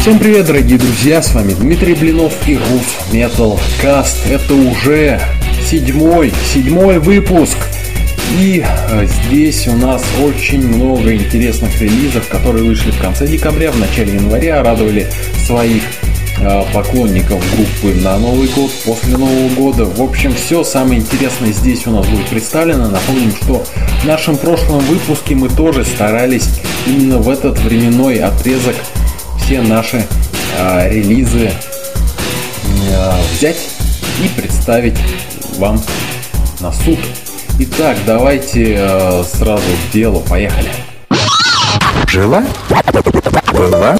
Всем привет, дорогие друзья, с вами Дмитрий Блинов и Roof Metal Cast. Это уже седьмой выпуск. И здесь у нас очень много интересных релизов, которые вышли в конце декабря, в начале января, радовали своих поклонников группы на Новый год, после Нового года. В общем, все самое интересное здесь у нас будет представлено. Напомним, что в нашем прошлом выпуске мы тоже старались именно в этот временной отрезок все наши релизы взять и представить вам на суд. Итак, давайте сразу к делу, поехали. Жила? Была?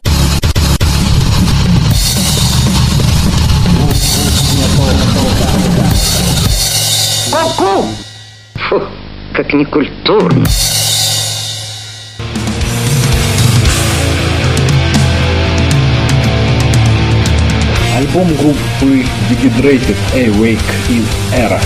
Ку-ку! Фу, как некультурно. Альбом группы Dehydrated Awake in Era.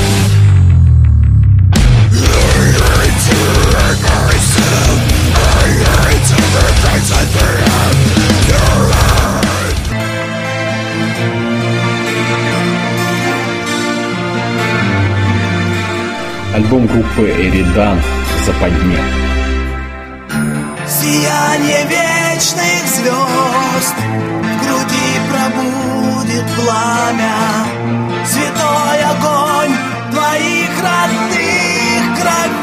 Альбом группы Эридан «Западня». Сияние вечных звезд в груди пробудет пламя, святой огонь твоих родных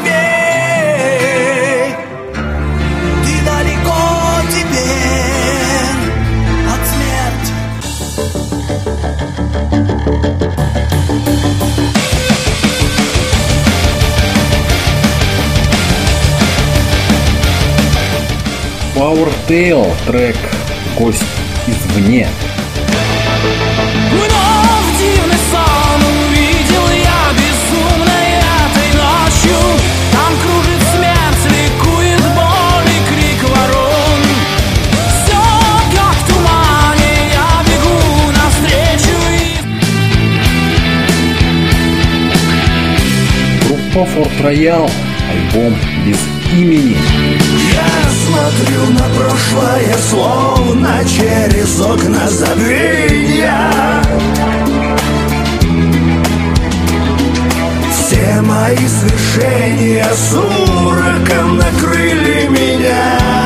кровей. Ты далеко теперь от смерти. Power Tale, трек «Гость извне». Вновь дивный сон увидел я безумной этой ночью. Там кружит смерть, ликует боль и крик ворон. Все как в тумане, я бегу навстречу Группа Fort Royal, альбом без имени. Я смотрю на прошлое, словно через окна забвения. Все мои свершения сумраком накрыли меня.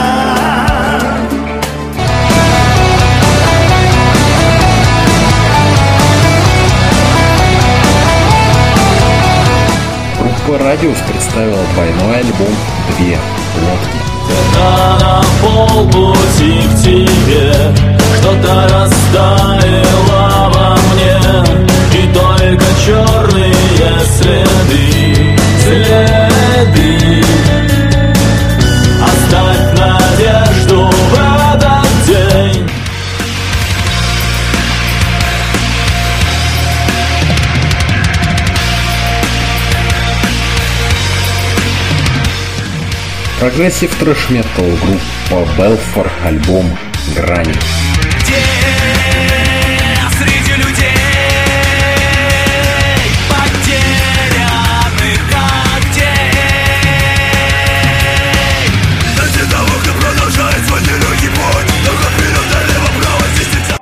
Группа Радиус представила двойной альбом «Две лодки». на полпути к тебе. Что-то растаяло во мне, и только черные следы. Оставь надежду в этот день. Прогрессив трэш-метал группа Belfort, альбом «Грани». Где среди людей потерянных как тень? Для того, кто продолжает свой нелегкий путь, только вперед, налево, вправо, здесь нельзя.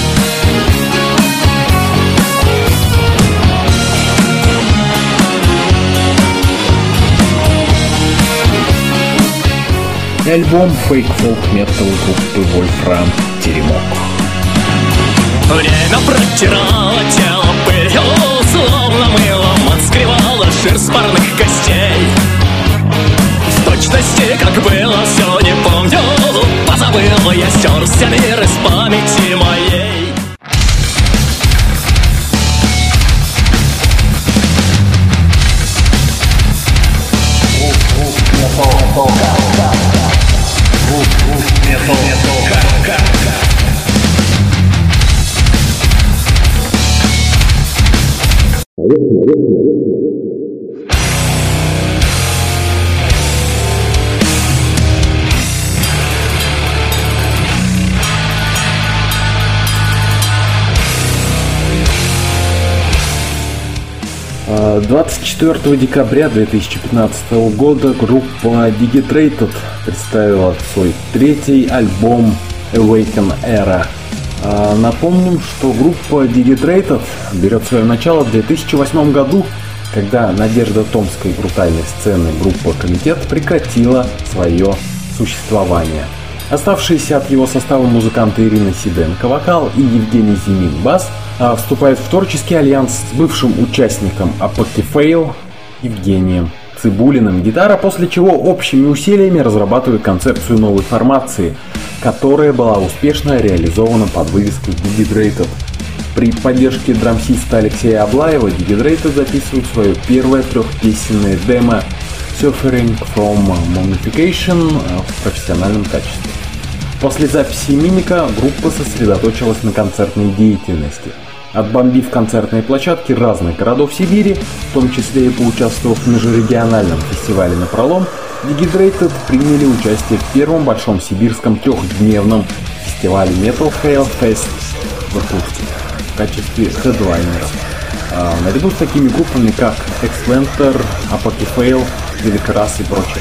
И альбом фейк-фолк-метал группы Wolfram «Теремок». Время протирало тело пылью, словно мылом отскревало шерсть парных костей. В точности, как было, все не помню. Позабыл я, стерся мир из памяти моей. Э, 24 декабря 2015 года группа Dehydrated представила свой третий альбом Awaken Era Напомним, что группа Digitrated берет свое начало в 2008 году, когда надежда томской брутальной сцены группа «Комитет» прекратила свое существование. Оставшиеся от его состава музыканты Ирина Сиденко вокал и Евгений Зимин бас вступают в творческий альянс с бывшим участником Apocalypse Евгением Цибулиным гитара, после чего общими усилиями разрабатывают концепцию новой формации, которая была успешно реализована под вывеской Digitrated. При поддержке драмсиста Алексея Аблаева Digitrated записывают свое первое трехпесенное демо Suffering from Mummification в профессиональном качестве. После записи «Мимика» группа сосредоточилась на концертной деятельности. Отбомбив концертные площадки разных городов Сибири, в том числе и поучаствовав в межрегиональном фестивале «Напролом», Digitrated приняли участие в первом большом сибирском трехдневном фестивале Metal Hellfest в Иркутске в качестве хедлайнеров. Наряду с такими группами, как X-Venter, Apocalypse, Великорас и прочее.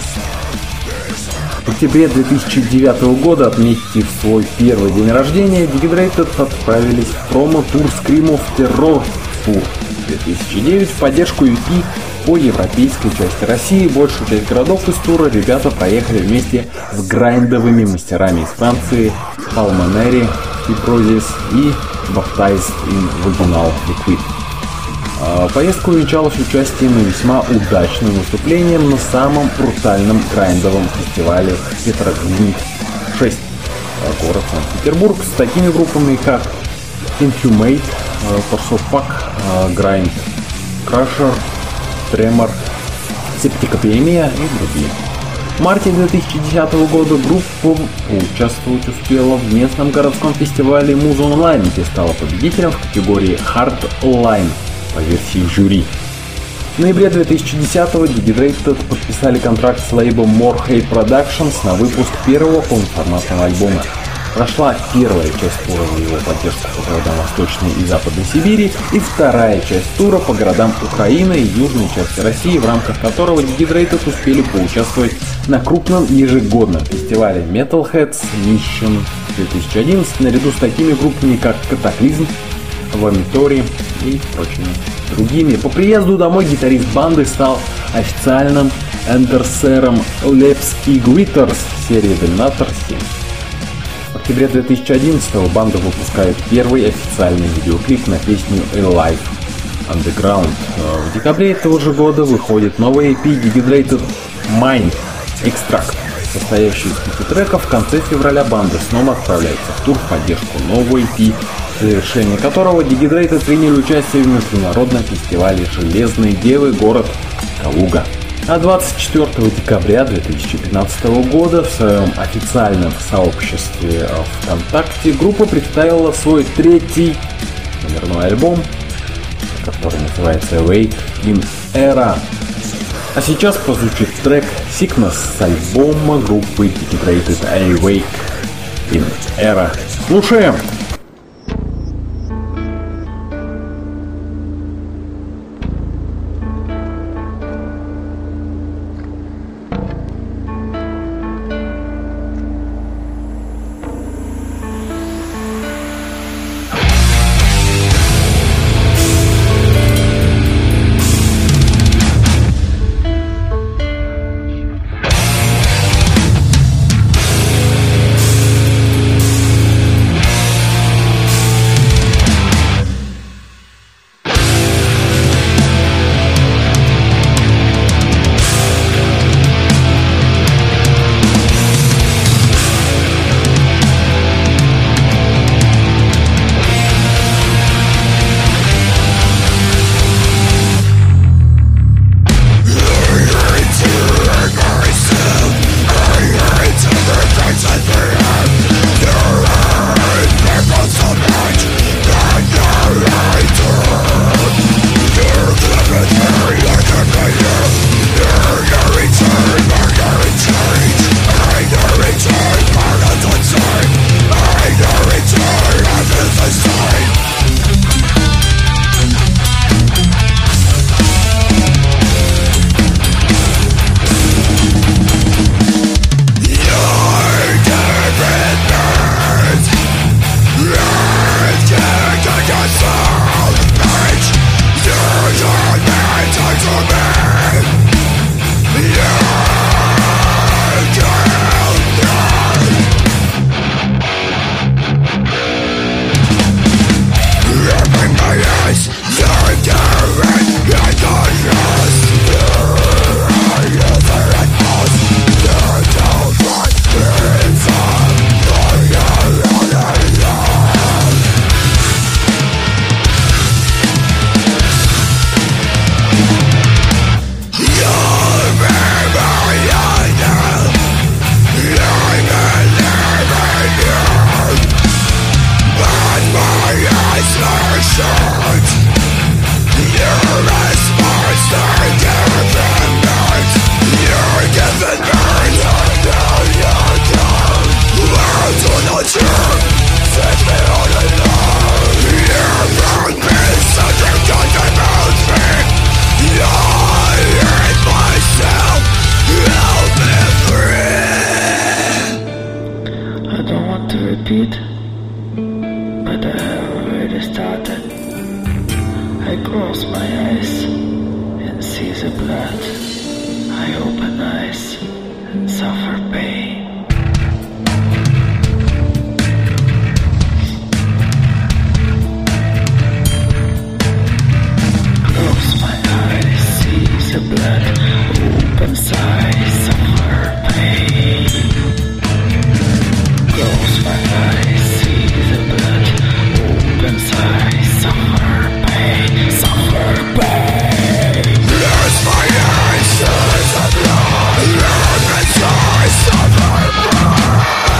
В октябре 2009 года, отметив свой первый день рождения, Digitrated отправились в промо-тур Scream of Terror Tour 2009 в поддержку EP по европейской части России. Большую часть городов из тура ребята проехали вместе с грайндовыми мастерами из Франции Pulmonary Fibrosis и Baptized in Vaginal Liquid. Поездка увенчалась участием и весьма удачным выступлением на самом брутальном грайндовом фестивале Петрогринг 6, город Санкт-Петербург, с такими группами как Inhumate, Torsofuck, Grind Crusher, Tremor, Септикопиемия и другие. В марте 2010 года группа поучаствовать успела в местном городском фестивале Муза Онлайн, где стала победителем в категории Hardline по версии жюри. В ноябре 2010-го Digitrated подписали контракт с лейблом More Hate Productions на выпуск первого полноформатного альбома. Прошла первая часть тура в его поддержку по городам Восточной и Западной Сибири и вторая часть тура по городам Украины и Южной части России, в рамках которого Digitrated успели поучаствовать на крупном ежегодном фестивале Metalheads Mission 2011 наряду с такими группами, как Cataclysm, Vomitory и прочими другими. По приезду домой гитарист банды стал официальным эндорсером Lepsky Glitters серии Dominator 7. В октябре 2011 банда выпускает первый официальный видеоклип на песню Alive Underground. В декабре этого же года выходит новый EP Digitrated Mind Extract, состоящий из 5 треков. В конце февраля банда снова отправляется в тур в поддержку нового EP, в завершении которого Digitrated приняли участие в международном фестивале «Железные девы», город Калуга. А 24 декабря 2015 года в своем официальном сообществе ВКонтакте группа представила свой третий номерной альбом, который называется Awake in Era. А сейчас прозвучит трек Sickness с альбома группы Digitrated Awake in Era. Слушаем! want to repeat, but I have already started. I close my eyes and see the blood. I open eyes and suffer pain. Close my eyes, see the blood. Open eyes, suffer pain. Close my eyes, see the blood. Open eyes, suffer pain, suffer pain. Close my eyes, see the blood. Open eyes, suffer pain.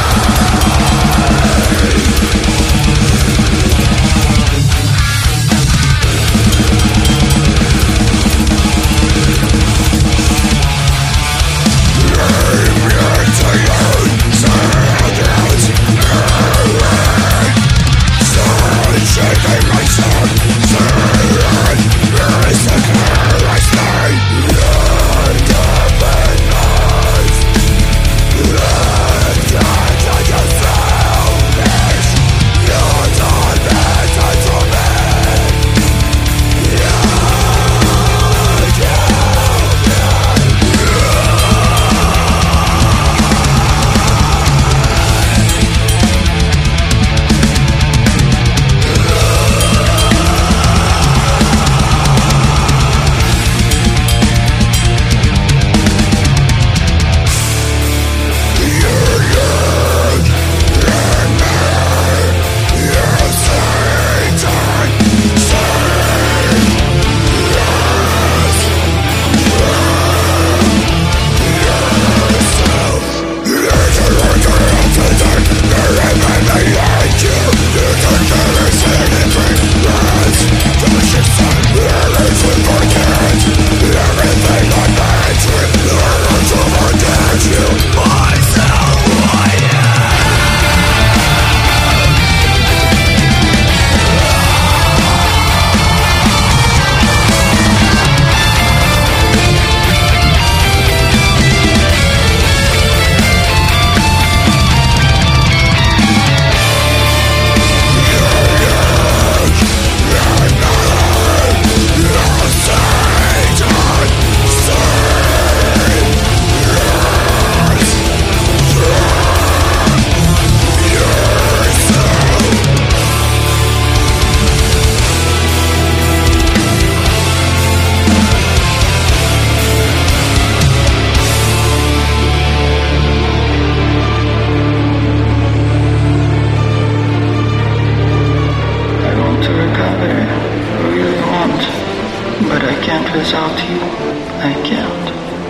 Without you, I can't.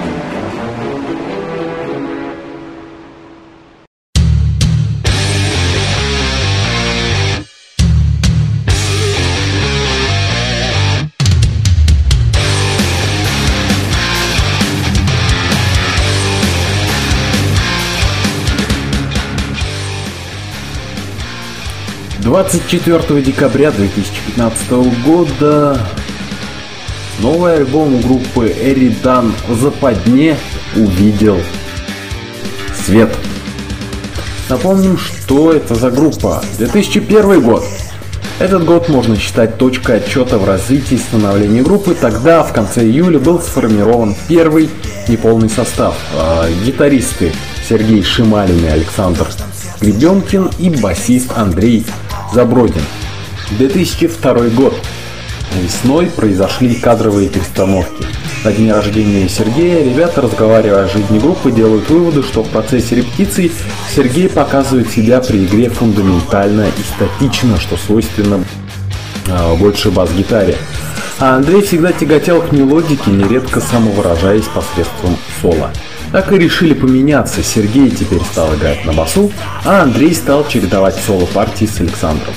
«24 декабря 2015 года новый альбом группы Эридан «В западне» увидел свет». Напомним, что это за группа. 2001 год. Этот год можно считать точкой отчета в развитии и становлении группы. Тогда, в конце июля, был сформирован первый неполный состав. Гитаристы Сергей Шималин и Александр Гребенкин и басист Андрей Забродин. 2002 год. Весной произошли кадровые перестановки. На дне рождения Сергея ребята, разговаривая о жизни группы, делают выводы, что в процессе репетиций Сергей показывает себя при игре фундаментально и статично, что свойственно больше бас-гитаре. А Андрей всегда тяготел к мелодике, нередко самовыражаясь посредством соло. Так и решили поменяться. Сергей теперь стал играть на басу, а Андрей стал чередовать соло-партии с Александром.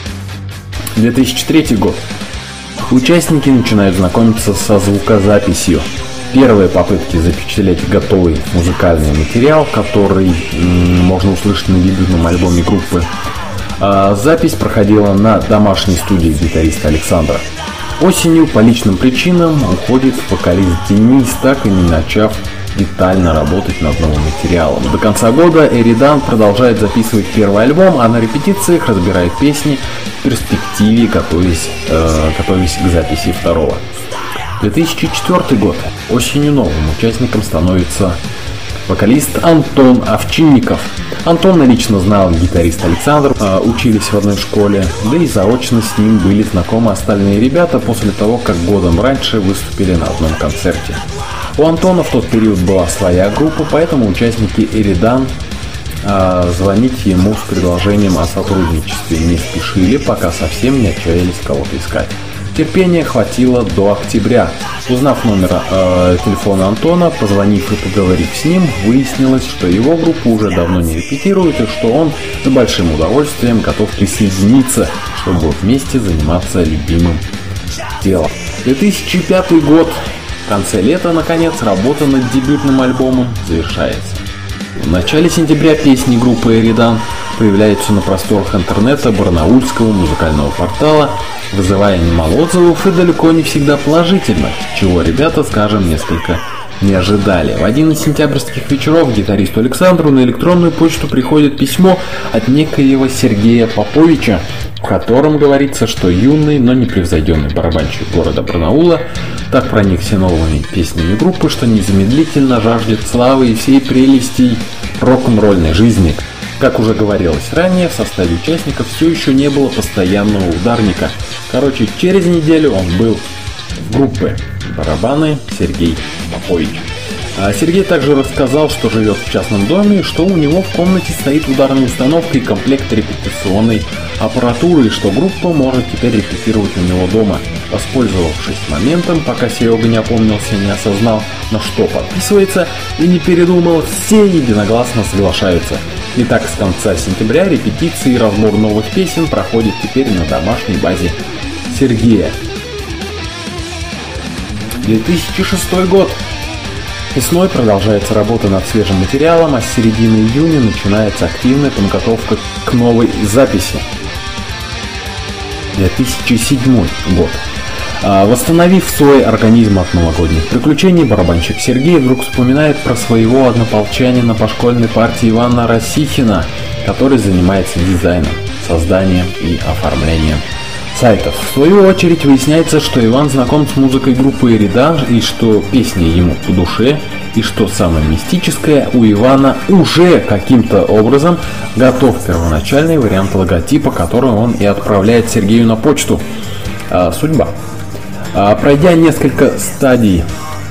2003 год. Участники начинают знакомиться со звукозаписью. Первые попытки запечатлеть готовый музыкальный материал, который можно услышать на дебютном альбоме группы. Запись проходила на домашней студии гитариста Александра. Осенью по личным причинам уходит вокалист Денис, так и не начав детально работать над новым материалом. До конца года Эридан продолжает записывать первый альбом, а на репетициях разбирает песни в перспективе, готовясь к записи второго. 2004 год. Осенью новым участником становится вокалист Антон Овчинников. Антона лично знал гитарист Александр, учились в одной школе, да и заочно с ним были знакомы остальные ребята после того, как годом раньше выступили на одном концерте. У Антона в тот период была своя группа, поэтому участники Эридан звонить ему с предложением о сотрудничестве не спешили, пока совсем не отчаялись кого-то искать. Терпения хватило до октября. Узнав номер телефона Антона, позвонив и поговорив с ним, выяснилось, что его группа уже давно не репетирует и что он с большим удовольствием готов присоединиться, чтобы вместе заниматься любимым делом. 2005 год. В конце лета, наконец, работа над дебютным альбомом завершается. В начале сентября песни группы Эридан появляются на просторах интернета барнаульского музыкального портала, вызывая немало отзывов и далеко не всегда положительных, чего ребята, скажем, несколько не ожидали. В один из сентябрьских вечеров гитаристу Александру на электронную почту приходит письмо от некоего Сергея Поповича, в котором говорится, что юный, но непревзойденный барабанщик города Барнаула так проникся новыми песнями группы, что незамедлительно жаждет славы и всей прелестей рок-н-ролльной жизни. Как уже говорилось ранее, в составе участников все еще не было постоянного ударника. Короче, через неделю он был в группе барабаны Сергей Попович. Сергей также рассказал, что живет в частном доме и что у него в комнате стоит ударная установка и комплект репетиционной аппаратуры, и что группа может теперь репетировать у него дома. Воспользовавшись моментом, пока Серега не опомнился и не осознал, на что подписывается, и не передумал, все единогласно соглашаются. Итак, с конца сентября репетиции и разбор новых песен проходит теперь на домашней базе Сергея. 2006 год. Весной продолжается работа над свежим материалом, а с середины июня начинается активная подготовка к новой записи. 2007 год. Восстановив свой организм от новогодних приключений, барабанщик Сергей вдруг вспоминает про своего однополчанина по школьной партии Ивана Росихина, который занимается дизайном, созданием и оформлением сайтов. В свою очередь выясняется, что Иван знаком с музыкой группы Эридан и что песни ему по душе, и что самое мистическое, у Ивана уже каким-то образом готов первоначальный вариант логотипа, который он и отправляет Сергею на почту. Судьба. Пройдя несколько стадий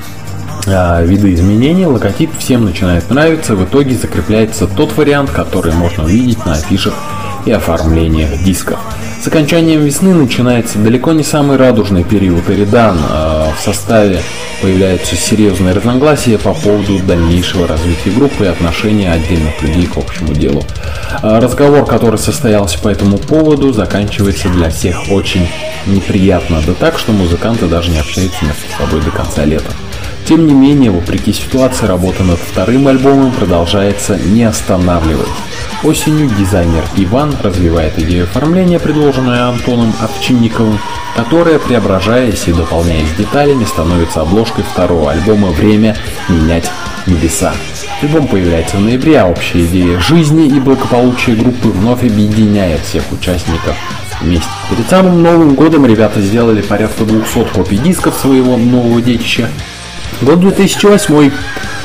видоизменений, логотип всем начинает нравиться, в итоге закрепляется тот вариант, который можно увидеть на афишах и оформлениях дисков. С окончанием весны начинается далеко не самый радужный период Эридан. В составе появляются серьезные разногласия по поводу дальнейшего развития группы и отношения отдельных людей к общему делу. Разговор, который состоялся по этому поводу, заканчивается для всех очень неприятно, да так, что музыканты даже не общаются между собой до конца лета. Тем не менее, вопреки ситуации, работа над вторым альбомом продолжается, не останавливаясь. Осенью дизайнер Иван развивает идею оформления, предложенную Антоном Овчинниковым, которая, преображаясь и дополняясь деталями, становится обложкой второго альбома «Время менять небеса». Альбом появляется в ноябре, а общая идея жизни и благополучия группы вновь объединяет всех участников вместе. Перед самым Новым годом ребята сделали порядка 200 копий дисков своего нового детища. Год 2008.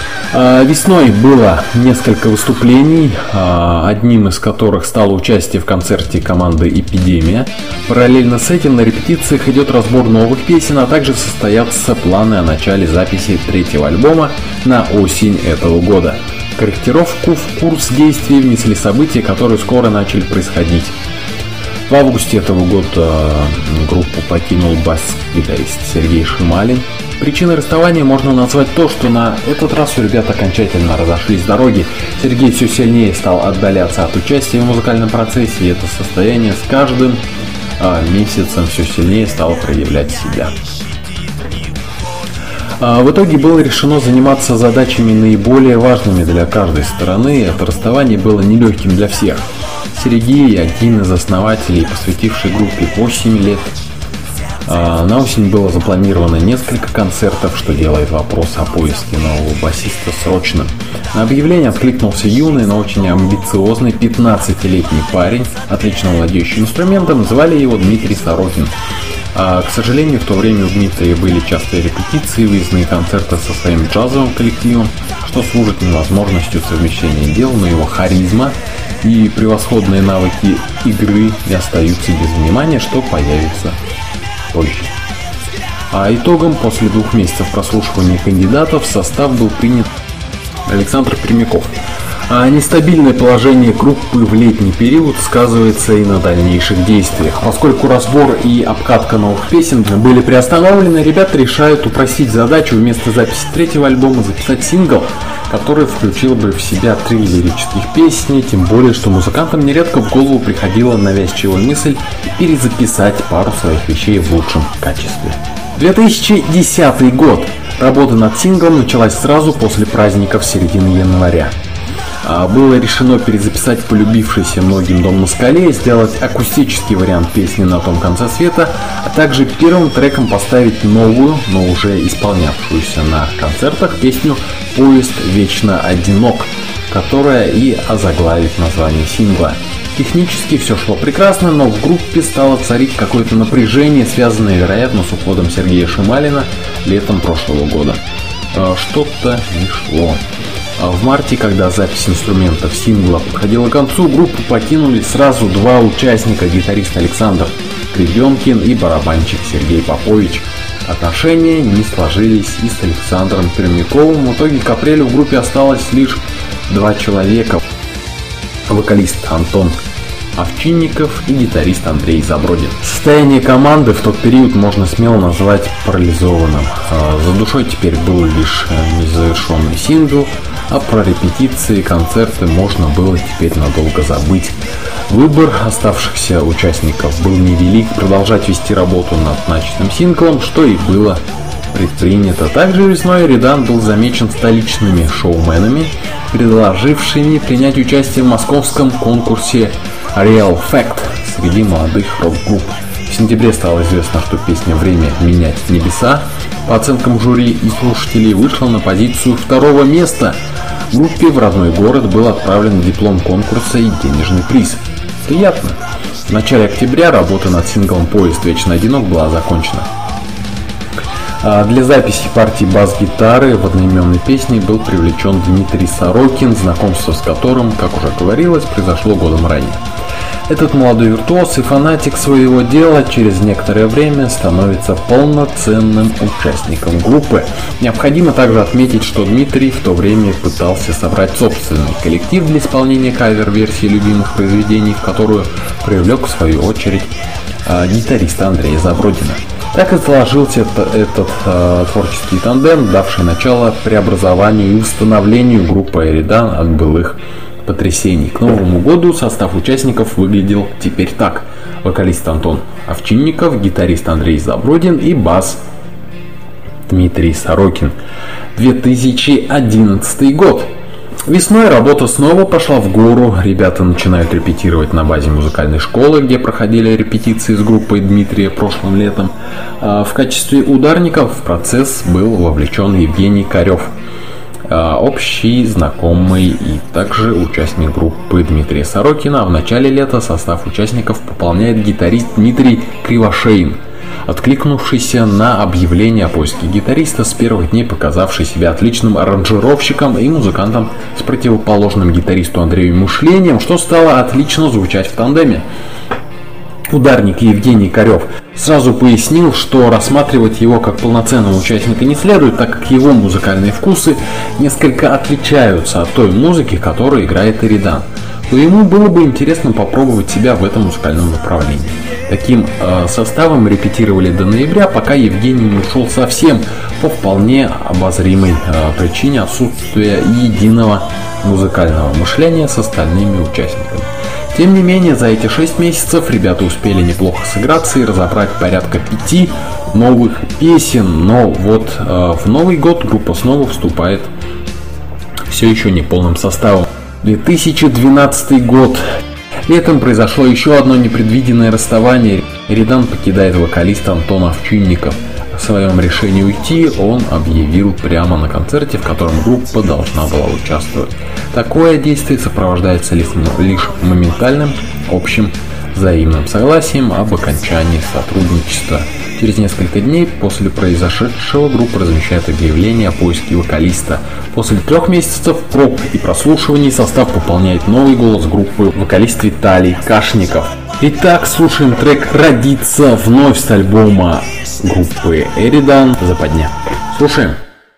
Весной было несколько выступлений, одним из которых стало участие в концерте команды «Эпидемия». Параллельно с этим на репетициях идет разбор новых песен, а также состоятся планы о начале записи третьего альбома на осень этого года. Корректировку в курс действий внесли события, которые скоро начали происходить. В августе этого года группу покинул бас-гитарист Сергей Шималин. Причиной расставания можно назвать то, что на этот раз у ребят окончательно разошлись дороги. Сергей все сильнее стал отдаляться от участия в музыкальном процессе, и это состояние с каждым месяцем все сильнее стало проявлять себя. В итоге было решено заниматься задачами наиболее важными для каждой стороны, и это расставание было нелегким для всех. Сергей, один из основателей, посвятивший группе 8 лет, На осень было запланировано несколько концертов, что делает вопрос о поиске нового басиста срочным. На объявление откликнулся юный, но очень амбициозный 15-летний парень, отлично владеющий инструментом, звали его Дмитрий Сорокин. К сожалению, в то время у Дмитрия были частые репетиции, выездные концерты со своим джазовым коллективом, что служит невозможностью совмещения дел, но его харизма и превосходные навыки игры не остаются без внимания, что появится позже. Итогом после 2 месяцев прослушивания кандидатов в состав был принят Александр Пермяков. Нестабильное положение группы в летний период сказывается и на дальнейших действиях. Поскольку разбор и обкатка новых песен были приостановлены, ребята решают упростить задачу: вместо записи 3-го альбома записать сингл, который включил бы в себя 3 лирических песни, тем более, что музыкантам нередко в голову приходила навязчивая мысль перезаписать пару своих вещей в лучшем качестве. 2010 год. Работа над синглом началась сразу после праздников середины января. Было решено перезаписать полюбившийся многим «Дом на скале», сделать акустический вариант песни «На том конце света», а также первым треком поставить новую, но уже исполнявшуюся на концертах песню «Поезд вечно одинок», которая и озаглавит название сингла. Технически все шло прекрасно, но в группе стало царить какое-то напряжение, связанное, вероятно, с уходом Сергея Шималина летом прошлого года. Что-то не шло. В марте, когда запись инструментов сингла подходила к концу, группу покинули сразу 2 участника: гитарист Александр Гребенкин и барабанщик Сергей Попович. Отношения не сложились и с Александром Пермяковым. В итоге к апрелю в группе осталось лишь 2 человека: вокалист Антон Овчинников и гитарист Андрей Забродин. Состояние команды в тот период можно смело назвать парализованным. За душой теперь был лишь незавершенный сингл, а про репетиции и концерты можно было теперь надолго забыть. Выбор оставшихся участников был невелик: продолжать вести работу над начатым синглом, что и было предпринято. Также весной Эридан был замечен столичными шоуменами, предложившими принять участие в московском конкурсе Real Fact среди молодых рок-групп. В сентябре стало известно, что песня «Время менять небеса» по оценкам жюри и слушателей вышла на позицию 2-го места. Группе в родной город был отправлен диплом конкурса и денежный приз. Приятно. В начале октября работа над синглом «Поезд вечно одинок» была закончена. Для записи партии бас-гитары в одноименной песне был привлечен Дмитрий Сорокин, знакомство с которым, как уже говорилось, произошло годом ранее. Этот молодой виртуоз и фанатик своего дела через некоторое время становится полноценным участником группы. Необходимо также отметить, что Дмитрий в то время пытался собрать собственный коллектив для исполнения кавер-версии любимых произведений, в которую привлек в свою очередь гитариста Андрея Забродина. Так и сложился этот творческий тандем, давший начало преобразованию и восстановлению группы Эридан от былых потрясений. К Новому году состав участников выглядел теперь так: вокалист Антон Овчинников, гитарист Андрей Забродин и бас Дмитрий Сорокин. 2011 год. Весной работа снова пошла в гору. Ребята начинают репетировать на базе музыкальной школы, где проходили репетиции с группой Дмитрия прошлым летом. В качестве ударников в процесс был вовлечен Евгений Корев, общий знакомый и также участник группы Дмитрия Сорокина. В начале лета состав участников пополняет гитарист Дмитрий Кривошеин, откликнувшийся на объявление о поиске гитариста, с первых дней показавший себя отличным аранжировщиком и музыкантом с противоположным гитаристу Андрею мышлением, что стало отлично звучать в тандеме. Ударник Евгений Корев сразу пояснил, что рассматривать его как полноценного участника не следует, так как его музыкальные вкусы несколько отличаются от той музыки, которую играет Эридан, то ему было бы интересно попробовать себя в этом музыкальном направлении. Таким составом репетировали до ноября, пока Евгений не ушел совсем, по вполне обозримой причине отсутствия единого музыкального мышления с остальными участниками. Тем не менее, за эти 6 месяцев ребята успели неплохо сыграться и разобрать порядка 5 новых песен, но вот в Новый год группа снова вступает все еще не полным составом. 2012 год. Летом произошло еще одно непредвиденное расставание. Эридан покидает вокалиста Антон Овчинников. О своем решении уйти он объявил прямо на концерте, в котором группа должна была участвовать. Такое действие сопровождается лишь моментальным общим взаимным согласием об окончании сотрудничества. Через несколько дней после произошедшего группа размещает объявление о поиске вокалиста. После 3 месяцев проб и прослушиваний состав пополняет новый голос группы, вокалист Виталий Кашников. Итак, слушаем трек «Родиться» вновь с альбома группы Эридан «Западня». Слушаем.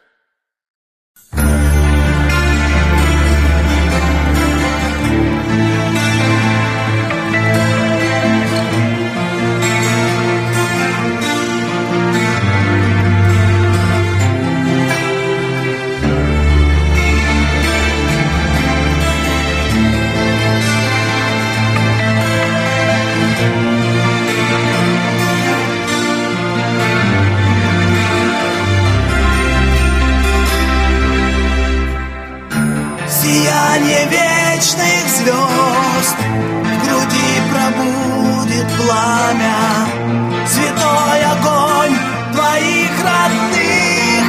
Сияние вечных звезд в груди пробудет пламя, святой огонь твоих родных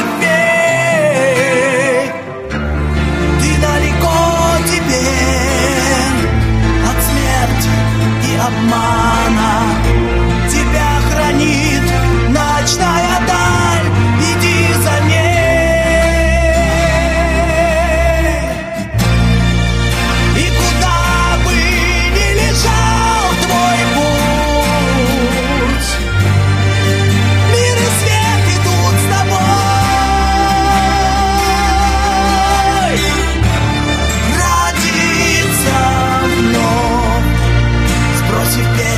кровей. Ты далеко теперь от смерти и обмана, тебя хранит ночная даль, иди за ней. Бросив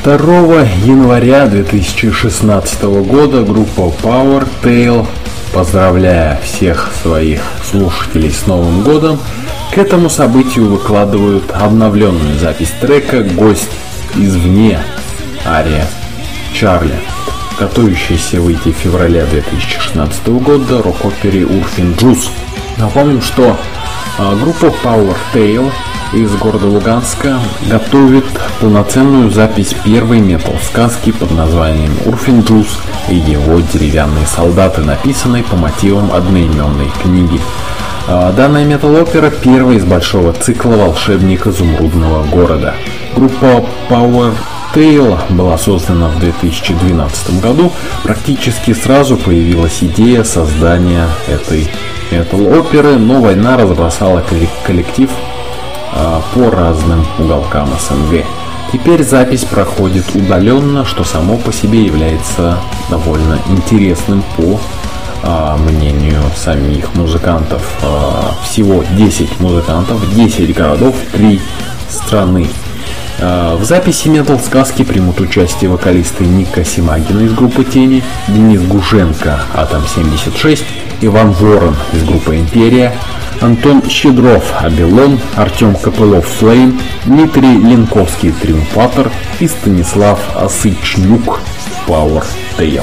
2 января 2016 года группа Power Tail, поздравляя всех своих слушателей с Новым годом, к этому событию выкладывают обновленную запись трека «Гость извне», ария Чарли, готовящаяся выйти в феврале 2016 года рок-опере Урфин Джюс. Напомним, что группа Power Tail из города Луганска готовит полноценную запись первой метал-сказки под названием Урфин Джюс и его деревянные солдаты, написанной по мотивам одноименной книги. Данная метал-опера первая из большого цикла «Волшебник изумрудного города». Группа Power Tail была создана в 2012 году. Практически сразу появилась идея создания этой метал-оперы, но война разбросала коллектив по разным уголкам СНГ. Теперь запись проходит удаленно, что само по себе является довольно интересным по мнению самих музыкантов. Всего 10 музыкантов, 10 городов, 3 страны. В записи метал-сказки примут участие вокалисты Ника Симагина из группы Тени, Денис Гушенко, Атом 76, Иван Ворон из группы Империя, Антон Щедров, Абилон, Артем Копылов, Флейм, Дмитрий Ленковский, Триумфатор и Станислав Осычнюк, Power Tail.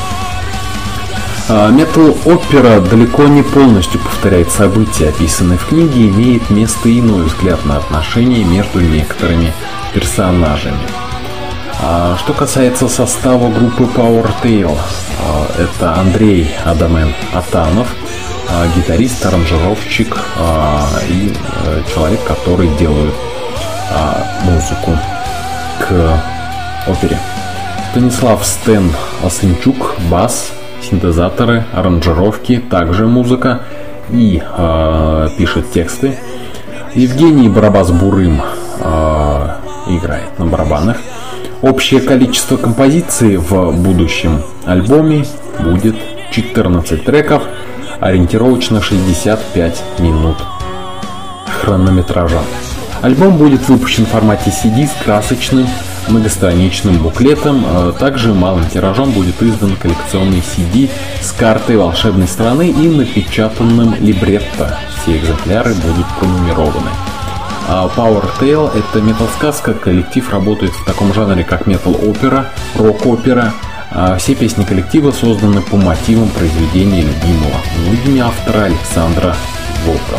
Метал-опера далеко не полностью повторяет события, описанные в книге, и имеет место иной взгляд на отношения между некоторыми персонажами. Что касается состава группы Power Tail, это Андрей Адамен Атанов, гитарист, аранжировщик и человек, который делает музыку к опере. Станислав Стэн Осынчук, бас, синтезаторы, аранжировки, также музыка и пишет тексты. Евгений Барабас-Бурым играет на барабанах. Общее количество композиций в будущем альбоме будет 14 треков, ориентировочно 65 минут хронометража. Альбом будет выпущен в формате CD с красочным многостраничным буклетом. Также малым тиражом будет издан коллекционный CD с картой волшебной страны и напечатанным либретто. Все экземпляры будут пронумерованы. Power Tail — это метал-сказка. Коллектив работает в таком жанре, как метал-опера, рок-опера. Все песни коллектива созданы по мотивам произведения любимого многими автора Александра Волкова.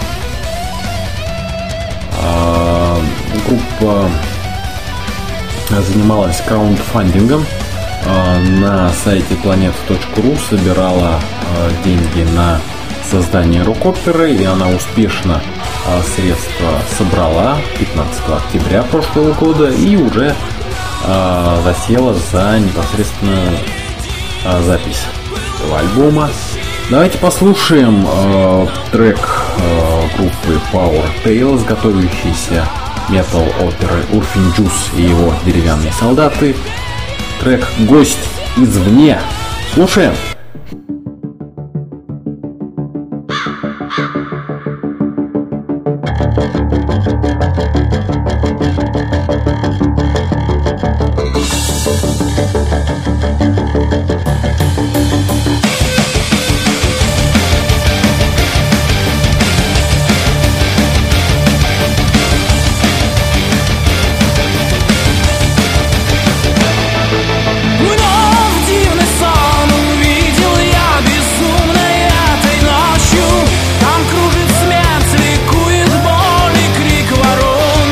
Группа занималась краундфандингом. На сайте planet.ru собирала деньги на создание рок-оперы, и она успешно средства собрала 15 октября прошлого года и уже засела за непосредственно запись этого альбома. Давайте послушаем трек группы Power Tail, готовящейся метал-оперы Урфин Джюс и его деревянные солдаты. Трек «Гость извне». Слушаем! Там кружит смерть, ликует боль и крик ворон.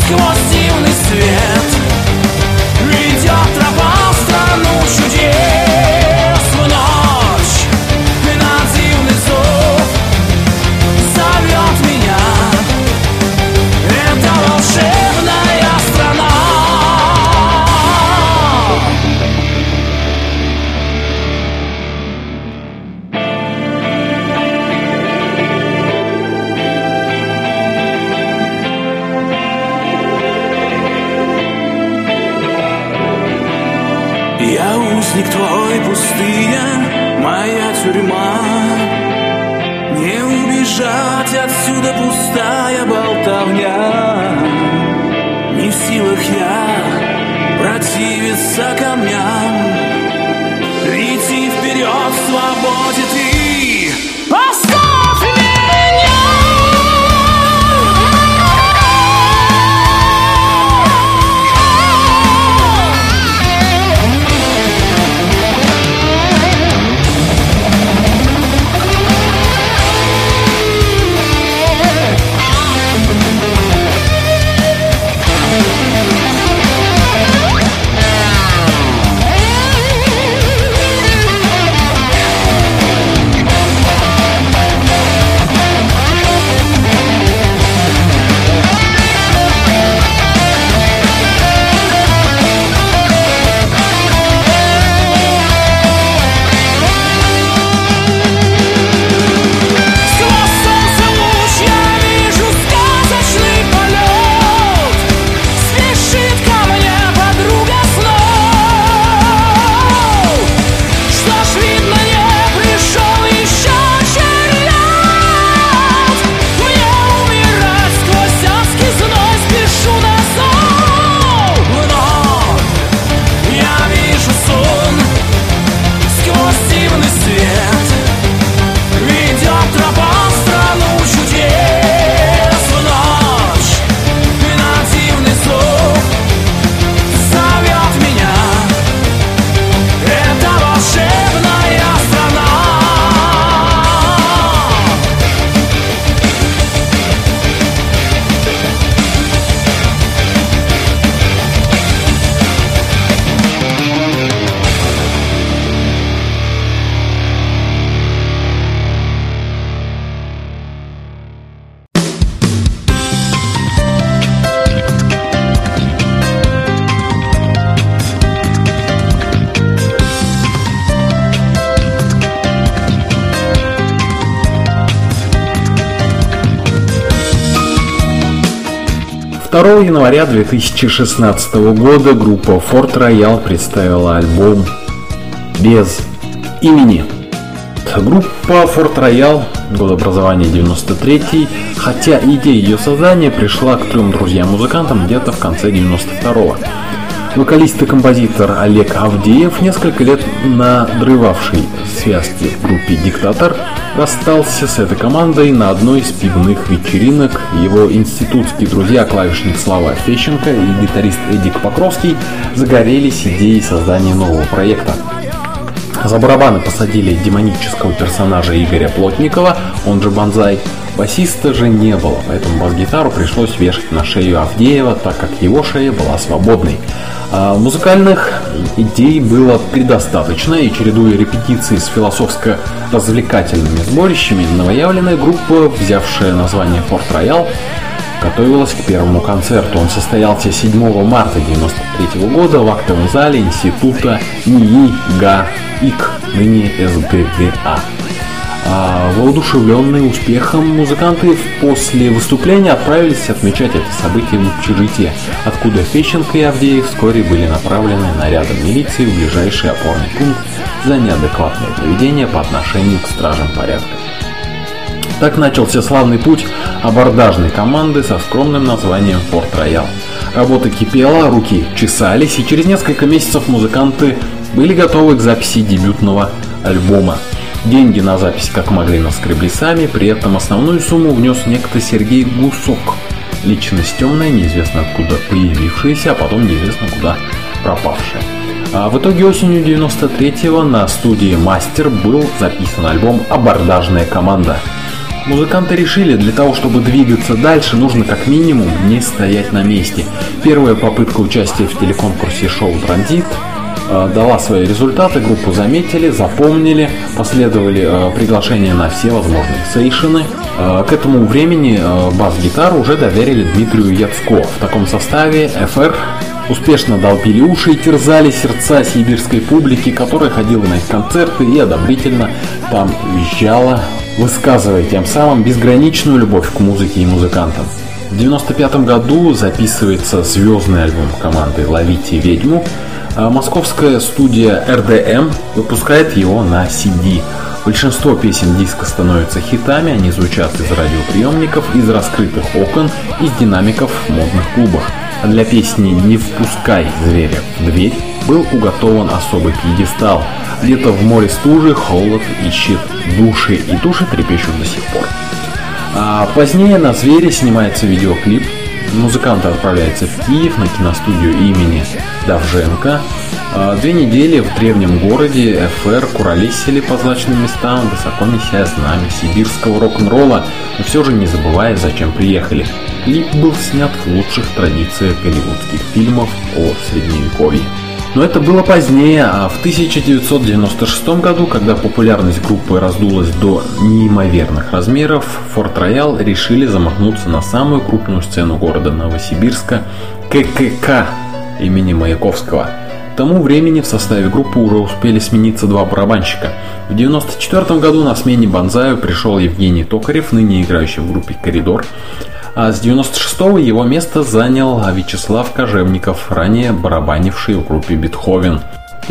сквозь дивный свет ведет тропа в страну чудес. В ночь на дивный зов зовет меня эта волшебная страна. Я узник твой, пустыня, моя тюрьма. Не убежать отсюда, пустая болтовня. Не в силах я противиться камням. Лети вперед, в свободе ты. Оставь меня! Второго января 2016 года группа Fort Royal представила альбом без имени. Группа Fort Royal, год образования 93-й, хотя идея ее создания пришла к трем друзьям-музыкантам где-то в конце 92-го. Вокалист и композитор Олег Авдеев, несколько лет надрывавший связки в группе «Диктатор», расстался с этой командой на одной из пивных вечеринок. Его институтские друзья, клавишник Слава Фещенко и гитарист Эдик Покровский, загорелись идеей создания нового проекта. За барабаны посадили демонического персонажа Игоря Плотникова, он же Бонзай. Басиста же не было, поэтому бас-гитару пришлось вешать на шею Авдеева, так как его шея была свободной. Музыкальных идей было предостаточно, и чередуя репетиции с философско-развлекательными сборищами, новоявленная группа, взявшая название Fort Royal, готовилась к первому концерту. Он состоялся 7 марта 1993 года в актовом зале Института НИИ ГАИК, ныне СГГА. Воодушевленные успехом, музыканты после выступления отправились отмечать это событие в общежитие, откуда Фещенко и Авдеев вскоре были направлены нарядом милиции в ближайший опорный пункт за неадекватное поведение по отношению к стражам порядка. Так начался славный путь абордажной команды со скромным названием Fort Royal. Работа кипела, руки чесались, и через несколько месяцев музыканты были готовы к записи дебютного альбома. Деньги на запись как могли наскребли сами, при этом основную сумму внес некто Сергей Гусок. Личность темная, неизвестно откуда появившаяся, а потом неизвестно куда пропавшая. В итоге осенью 93-го на студии «Мастер» был записан альбом «Абордажная команда». Музыканты решили, для того, чтобы двигаться дальше, нужно как минимум не стоять на месте. Первая попытка участия в телеконкурсе шоу «Транзит» дала свои результаты, группу заметили, запомнили, последовали приглашения на все возможные сейшены. К этому времени бас-гитару уже доверили Дмитрию Яцко. В таком составе ФР успешно долбили уши и терзали сердца сибирской публики, которая ходила на их концерты и одобрительно там визжала, высказывая тем самым безграничную любовь к музыке и музыкантам. В 1995 году записывается звездный альбом команды «Ловите ведьму». Московская студия RDM выпускает его на CD. Большинство песен диска становятся хитами, они звучат из радиоприемников, из раскрытых окон, из динамиков в модных клубах. А для песни «Не впускай зверя в дверь» был уготован особый пьедестал. Где-то в море стужи холод ищет души, и души трепещут до сих пор. А позднее на «Звере» снимается видеоклип. Музыканты отправляются в Киев на киностудию имени Довженко. 2 недели в древнем городе ФР куролесили по злачным местам, высоко неся знамя сибирского рок-н-ролла, но все же не забывая, зачем приехали. Клип был снят в лучших традициях голливудских фильмов о Средневековье. Но это было позднее, а в 1996 году, когда популярность группы раздулась до неимоверных размеров, Форт Роял решили замахнуться на самую крупную сцену города Новосибирска – ККК имени Маяковского. К тому времени в составе группы уже успели смениться 2 барабанщика. В 1994 году на смене Бонзаю пришел Евгений Токарев, ныне играющий в группе «Коридор». А с 96-го его место занял Вячеслав Кожевников, ранее барабанивший в группе «Бетховен».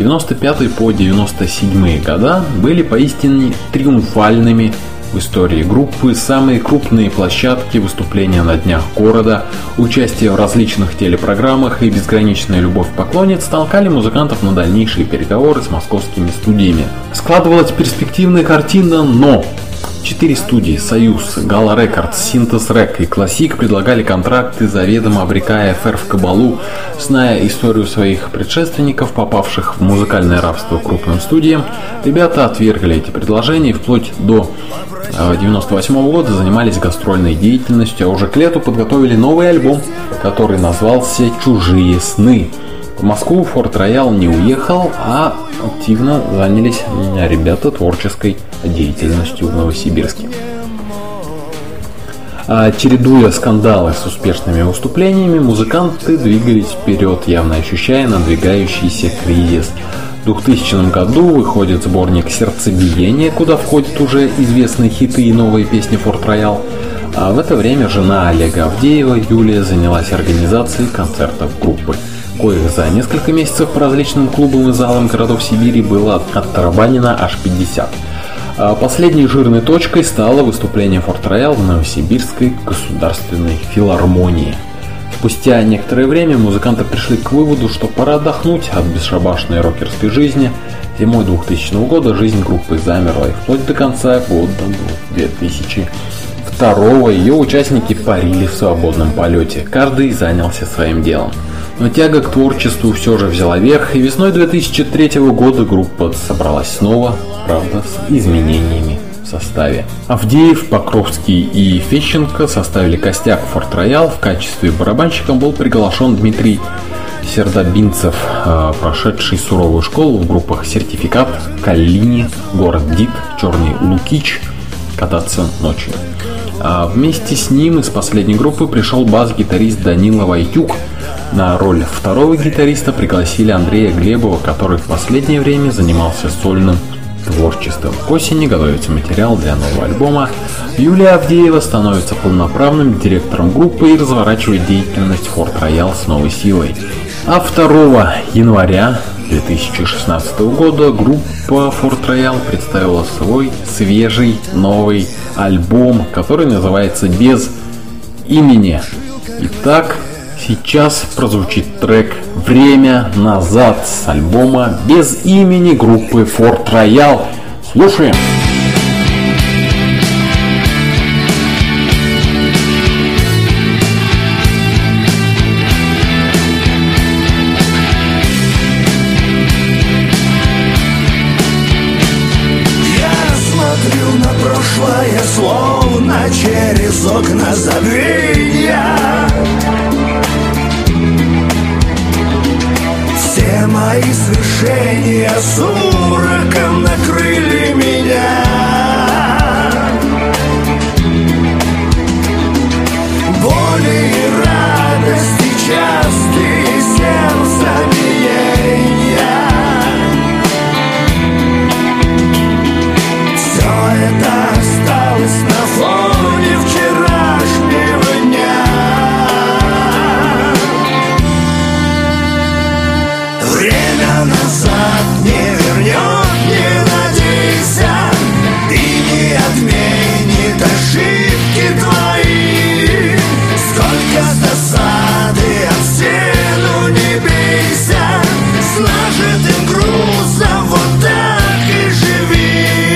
95 по 97 года были поистине триумфальными в истории группы. Самые крупные площадки, выступления на днях города, участие в различных телепрограммах и безграничная любовь поклонниц толкали музыкантов на дальнейшие переговоры с московскими студиями. Складывалась перспективная картина, но 4 студии – «Союз», «Гала Рекордс», «Синтез Рек» и «Классик» предлагали контракты, заведомо обрекая ФР в кабалу. Зная историю своих предшественников, попавших в музыкальное рабство крупным студиям, ребята отвергли эти предложения и вплоть до 1998 года занимались гастрольной деятельностью, а уже к лету подготовили новый альбом, который назвался «Чужие сны». В Москву Форт Роял не уехал, а активно занялись ребята творческой деятельностью в Новосибирске. Чередуя скандалы с успешными выступлениями, музыканты двигались вперед, явно ощущая надвигающийся кризис. В 2000 году выходит сборник «Сердцебиение», куда входят уже известные хиты и новые песни Форт Роял. А в это время жена Олега Авдеева, Юлия, занялась организацией концертов группы, коих за несколько месяцев по различным клубам и залам городов Сибири было оттарабанено аж 50. Последней жирной точкой стало выступление Форт Роял в Новосибирской государственной филармонии. Спустя некоторое время музыканты пришли к выводу, что пора отдохнуть от бесшабашной рокерской жизни. Зимой 2000 года жизнь группы замерла, и вплоть до конца года 2002 ее участники парили в свободном полете, каждый занялся своим делом. Но тяга к творчеству все же взяла верх, и весной 2003 года группа собралась снова, правда, с изменениями в составе. Авдеев, Покровский и Фещенко составили костяк Форт Роял. В качестве барабанщика был приглашен Дмитрий Сердобинцев, прошедший суровую школу в группах «Сертификат», «Каллини», «Город Дит», «Черный Лукич», «Кататься ночью». Вместе с ним из последней группы пришел бас-гитарист Данила Войтюк. На роль второго гитариста пригласили Андрея Глебова, который в последнее время занимался сольным творчеством. К осени готовится материал для нового альбома. Юлия Авдеева становится полноправным директором группы и разворачивает деятельность Форт Роял с новой силой. А 2 января 2016 года группа Форт Роял представила свой свежий новый альбом, который называется «Без имени». Итак, сейчас прозвучит трек «Время назад» с альбома «Без имени» группы Форт Роял. Слушаем! Словно Видения сумраком накрыли меня. Боли и радости частые сердцебиения. Все это осталось на фоне вчерашнего дня. Время назад не вернет, не надейся, и не отменит ошибки твои. Сколько с досады об стену не бейся, с нажитым грузом вот так и живи.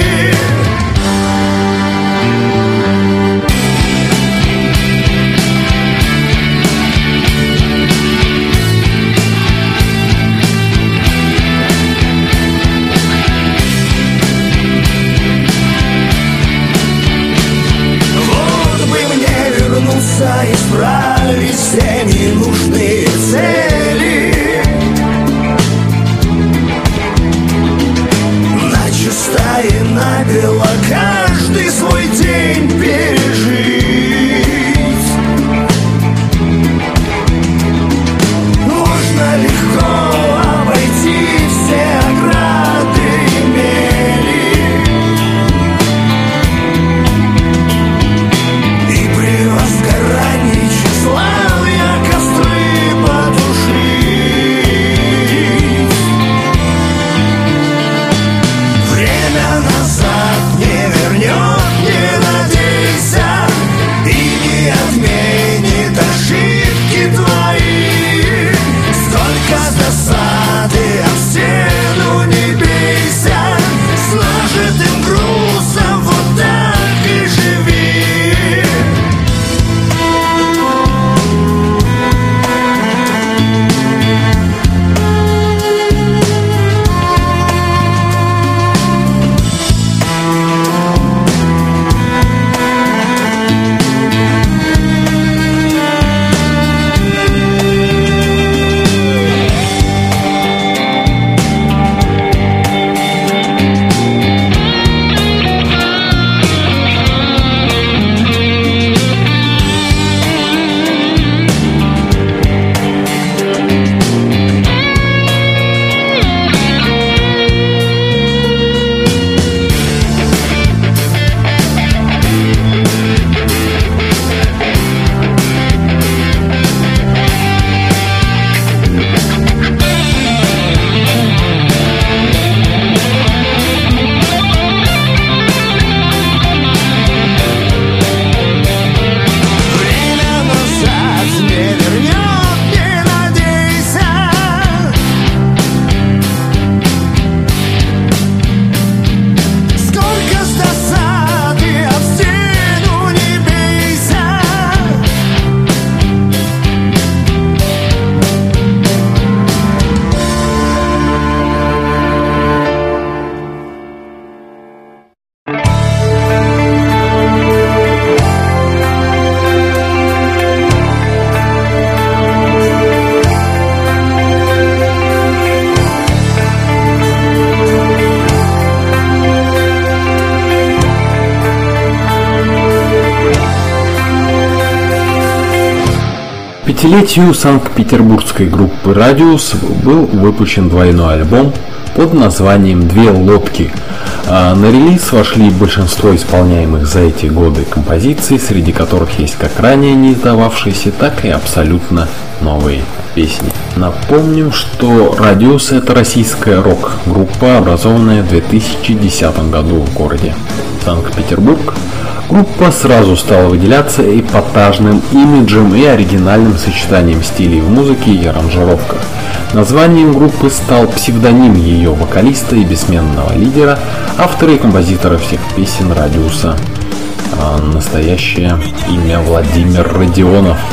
Исправить все ненужные цели, начисто и набело каждый свой день пережить. Можно легко обойти все ограды и мели и при возгорании тщеславия костры потушить. Время назад не вернет, не надейся, и не отменит ошибки твои. Сколько с досады об стену не бейся, с нажитым грузом вот так и живи. Пятилетию санкт-петербургской группы «Радиус» был выпущен двойной альбом под названием «Две лодки». На релиз вошли большинство исполняемых за эти годы композиций, среди которых есть как ранее не издававшиеся, так и абсолютно новые песни. Напомним, что «Радиус» — это российская рок-группа, образованная в 2010 году в городе Санкт-Петербург. Группа сразу стала выделяться эпатажным имиджем и оригинальным сочетанием стилей в музыке и аранжировках. Названием группы стал псевдоним ее вокалиста и бессменного лидера, автора и композитора всех песен «Радиуса». Настоящее имя Владимир Родионов.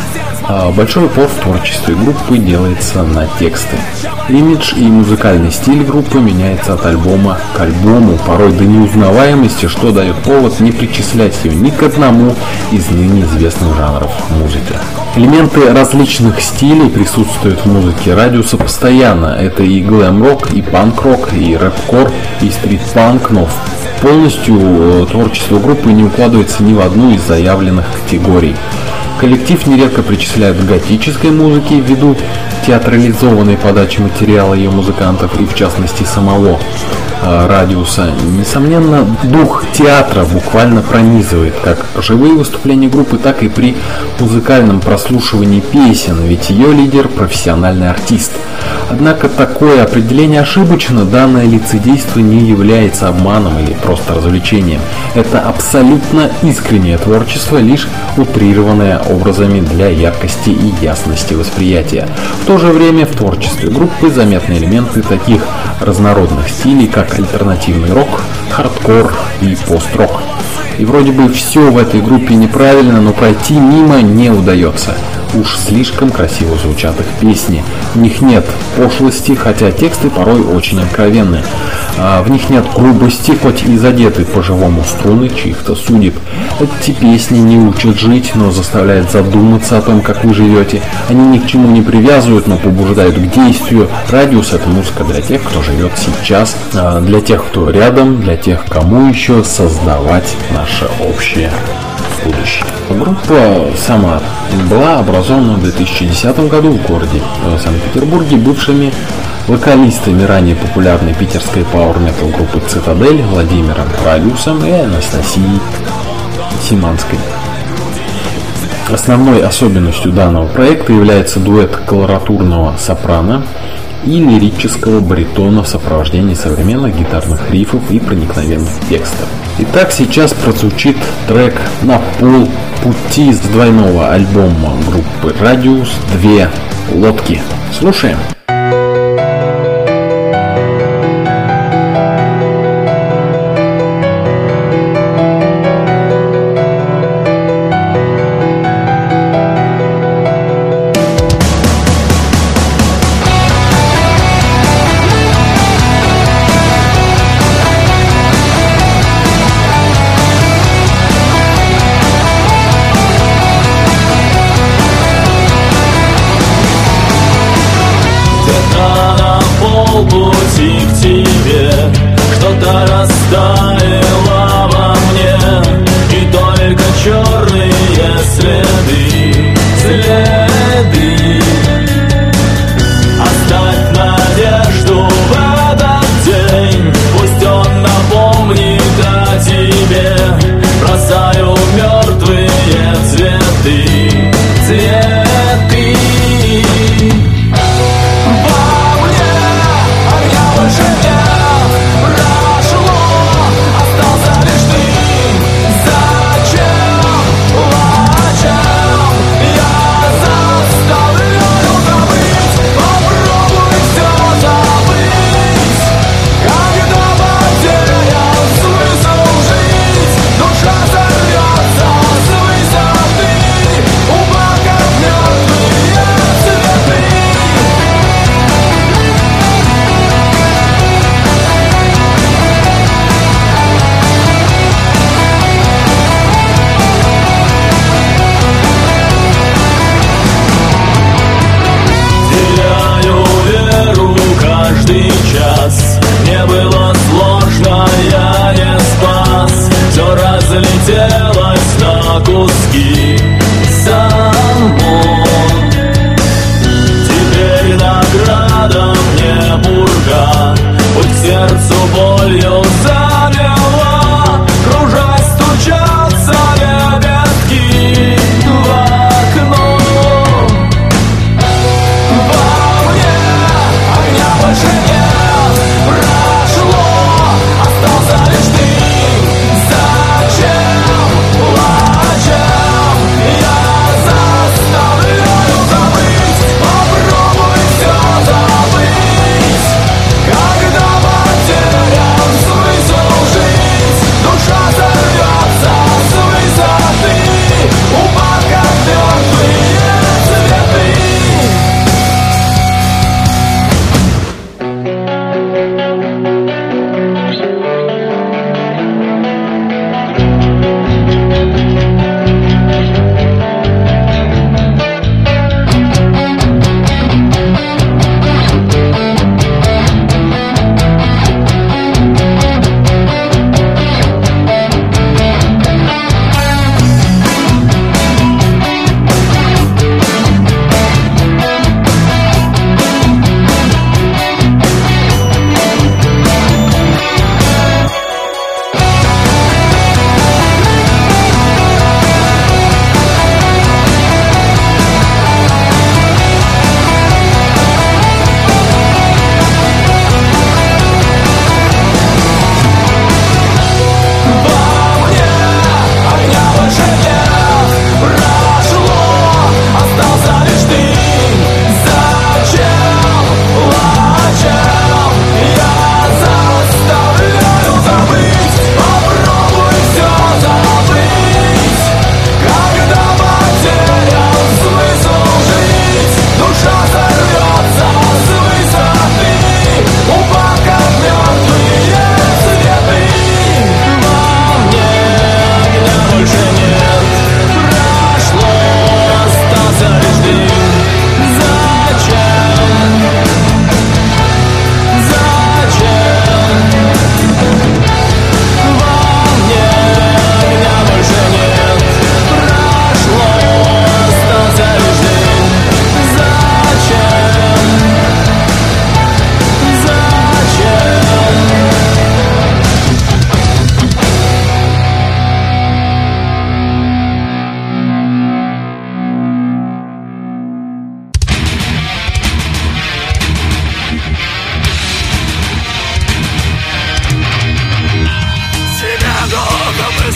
Большой упор в творчестве группы делается на тексты. Имидж и музыкальный стиль группы меняется от альбома к альбому, порой до неузнаваемости, что дает повод не причислять ее ни к одному из ныне известных жанров музыки. Элементы различных стилей присутствуют в музыке Радиуса постоянно. Это и глэм-рок, и панк-рок, и рэп-кор, и стрит-панк, но полностью творчество группы не укладывается ни в одну из заявленных категорий. Коллектив нередко причисляют к готической музыке ввиду театрализованной подачи материала ее музыкантов и в частности самого Радиуса. Несомненно, дух театра буквально пронизывает как живые выступления группы, так и при музыкальном прослушивании песен, ведь ее лидер – профессиональный артист. Однако такое определение ошибочно, данное лицедейство не является обманом или просто развлечением. Это абсолютно искреннее творчество, лишь утрированное образами для яркости и ясности восприятия. В то же время в творчестве группы заметны элементы таких разнородных стилей, как альтернативный рок, хардкор и пост-рок. И вроде бы все в этой группе неправильно, но пройти мимо не удается. Уж слишком красиво звучат их песни. В них нет пошлости, хотя тексты порой очень откровенны. В них нет грубости, хоть и задеты по-живому струны чьих-то судеб. Эти песни не учат жить, но заставляют задуматься о том, как вы живете. Они ни к чему не привязывают, но побуждают к действию. Радиус — это музыка для тех, кто живет сейчас, для тех, кто рядом, для тех, кому еще создавать наше общее будущее. Группа сама была образована в 2010 году в городе Санкт-Петербурге бывшими вокалистами ранее популярной питерской пауэр-метал группы «Цитадель» Владимиром Радиусом и Анастасией Симанской. Основной особенностью данного проекта является дуэт колоратурного сопрано и лирического баритона в сопровождении современных гитарных рифов и проникновенных текстов. Итак, сейчас прозвучит трек «На полпути» с двойного альбома группы «Радиус. Две лодки». Слушаем.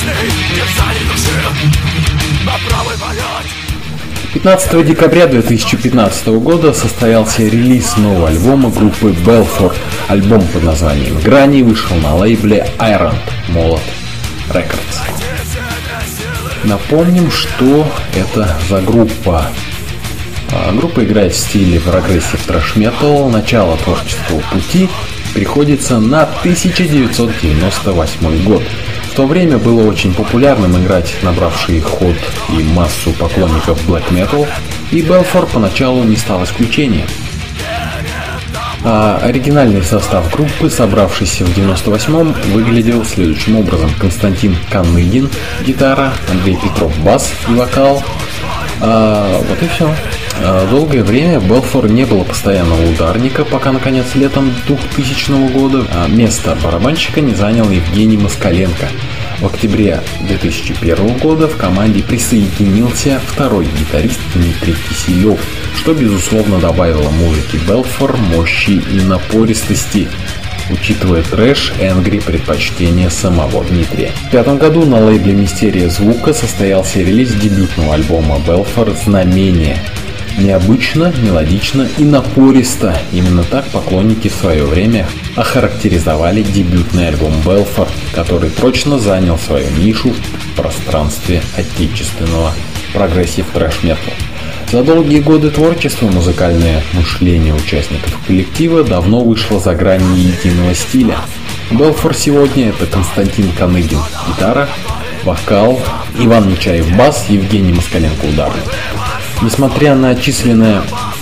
терзали души на правый полет. 15 декабря 2015 года состоялся релиз нового альбома группы Belfort. Альбом под названием «Грани» вышел на лейбле Iron Molot Records. Напомним, что это за группа. Группа играет в стиле прогрессив трэш-метал. Начало творческого пути приходится на 1998 год. В то время было очень популярным играть набравший ход и массу поклонников black metal, и Belfort поначалу не стал исключением. Оригинальный состав группы, собравшийся в 98-м, выглядел следующим образом: Константин Каныгин – гитара, Андрей Петров – бас и вокал. Вот и все. Долгое время Belfort не было постоянного ударника, пока наконец летом 2000 года место барабанщика не занял Евгений Москаленко. В октябре 2001 года в команде присоединился второй гитарист Дмитрий Киселев, что безусловно добавило музыке Belfort мощи и напористости, учитывая трэш, энгри предпочтения самого Дмитрия. В 2005 году на лейбле Мистерия Звука состоялся релиз дебютного альбома Belfort «Знамение». Необычно, мелодично и напористо. Именно так поклонники в свое время охарактеризовали дебютный альбом Belfort, который прочно занял свою нишу в пространстве отечественного прогрессив трэш-метал. За долгие годы творчества музыкальное мышление участников коллектива давно вышло за грани единого стиля. Belfort сегодня это Константин Каныгин – гитара, вокал, Иван Нечаев – бас, Евгений Москаленко – ударный. Несмотря на численное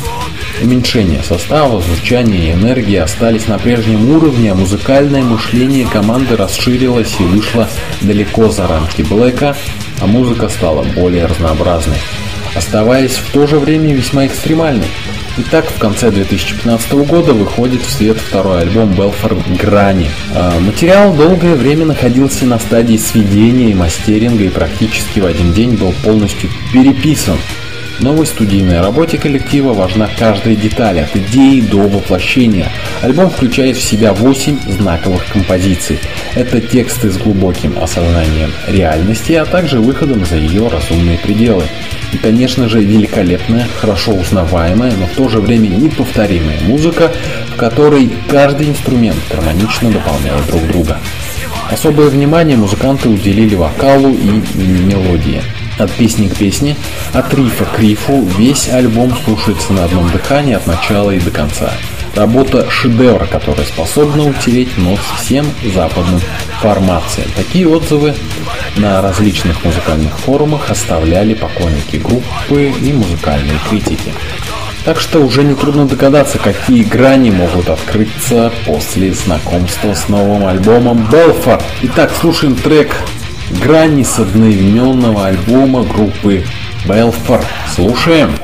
уменьшение состава, звучание и энергия остались на прежнем уровне, а музыкальное мышление команды расширилось и вышло далеко за рамки блэка, а музыка стала более разнообразной, оставаясь в то же время весьма экстремальной. Итак, в конце 2015 года выходит в свет второй альбом Belfort «Грани». Материал долгое время находился на стадии сведения и мастеринга и практически в один день был полностью переписан. В новой студийной работе коллектива важна каждая деталь, от идеи до воплощения. Альбом включает в себя 8 знаковых композиций. Это тексты с глубоким осознанием реальности, а также выходом за ее разумные пределы. И, конечно же, великолепная, хорошо узнаваемая, но в то же время неповторимая музыка, в которой каждый инструмент гармонично дополняет друг друга. Особое внимание музыканты уделили вокалу и мелодии. От песни к песне, от рифа к рифу, весь альбом слушается на одном дыхании от начала и до конца. Работа шедевра, которая способна утереть нос всем западным формациям. Такие отзывы на различных музыкальных форумах оставляли поклонники группы и музыкальные критики. Так что уже нетрудно догадаться, какие грани могут открыться после знакомства с новым альбомом Belfort. Итак, слушаем трек «Грани» с одноименного альбома группы Belfort. Слушаем!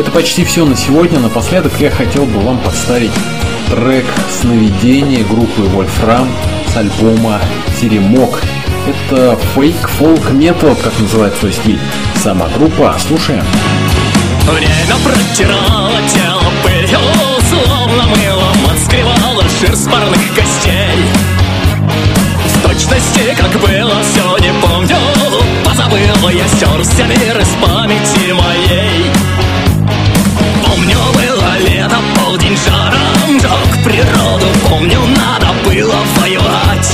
это почти все на сегодня. Напоследок я хотел бы вам поставить трек «Сновидение» группы Wolfram с альбома «Теремок». Это фейк-фолк-метал, как называет свой стиль сама группа. Слушаем. Время протирало тело пылью, словно мылом отскребало шерсть парных костей. В точности, как было, все не помню. Позабыл я, стер все мир из памяти моей. Помню, было лето, полдень жаром жег природу. Помню, надо было воевать.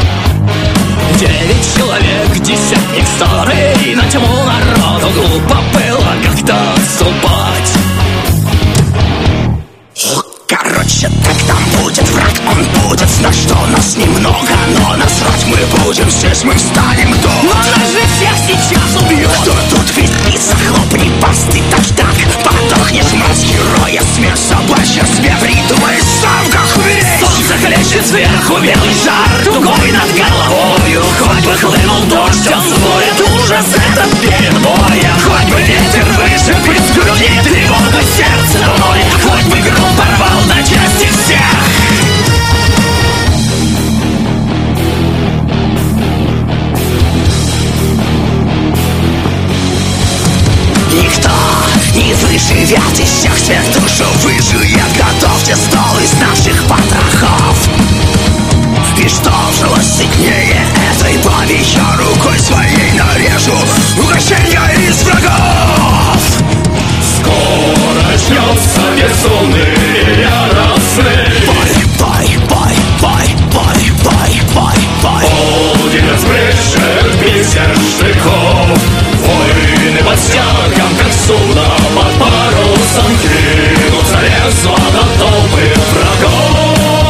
9 человек, десятник старый. На тьму народу глупо было как-то отступать. Короче, так там будет враг, он будет знать, что нас немного. Но насрать мы будем, здесь мы встанем тут. Но нас же всех сейчас убьют. Кто тут виснится, хлопни басты, так, подохнешь, мразь героя. Смерть собачья, себе придумай сам, как умереть. Солнце хлещет сверху, белый жар, тугой над головою. Хоть бы хлынул дождь, он сборит ужас этот перед боем. Хоть бы ветер вышибет с груди, тревога сердце ноет. Хоть бы гром порвал на части всех. Никто не выживет из всех тех, душу выживет. Готовьте стол из наших потрохов. И что в жилось сытнее этой бабе, я рукой своей нарежу угощения из врагов. Скоро начнется безумный и яростный бой. Полдень разбрешет бисер штыков. Воины под стягом, как судно под парусом, кинутся резво на толпы врагов.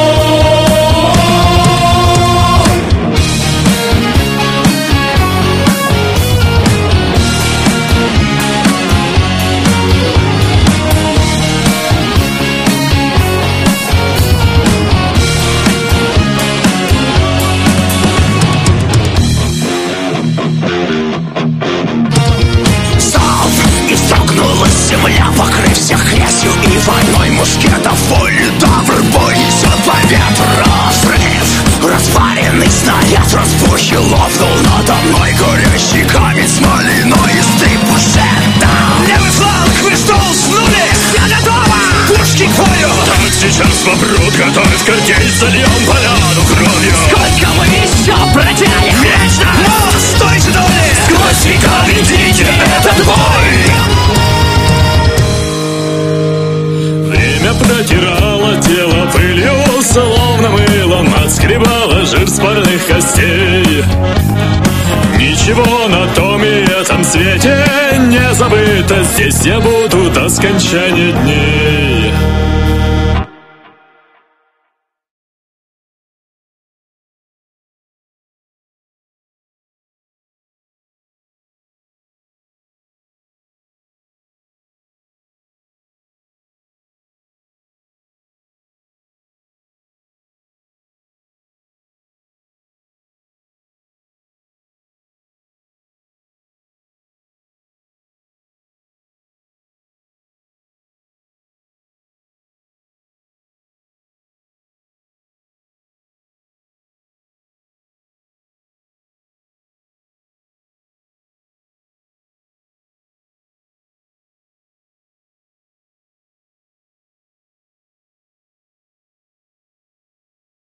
Земля, покрыв всех грязью и войной мушкетов, бой литавр, бой несет по ветру взрыв. Разваренный снаряд распухил, лопнул надо мной горящий камень с малиноистый бушетом. Левый фланг, вы что, уснули? Я готова! Пушки к бою! Там сейчас попрут, готовят картель, зальем поляну кровью. Сколько мы еще протянем? Вечно! Но стойте, доли! Сквозь века ведите этот бой! Протирала тело пылью, словно мылом отскребала жир с парных костей. Ничего на том и этом свете не забыто, здесь я буду до скончания дней.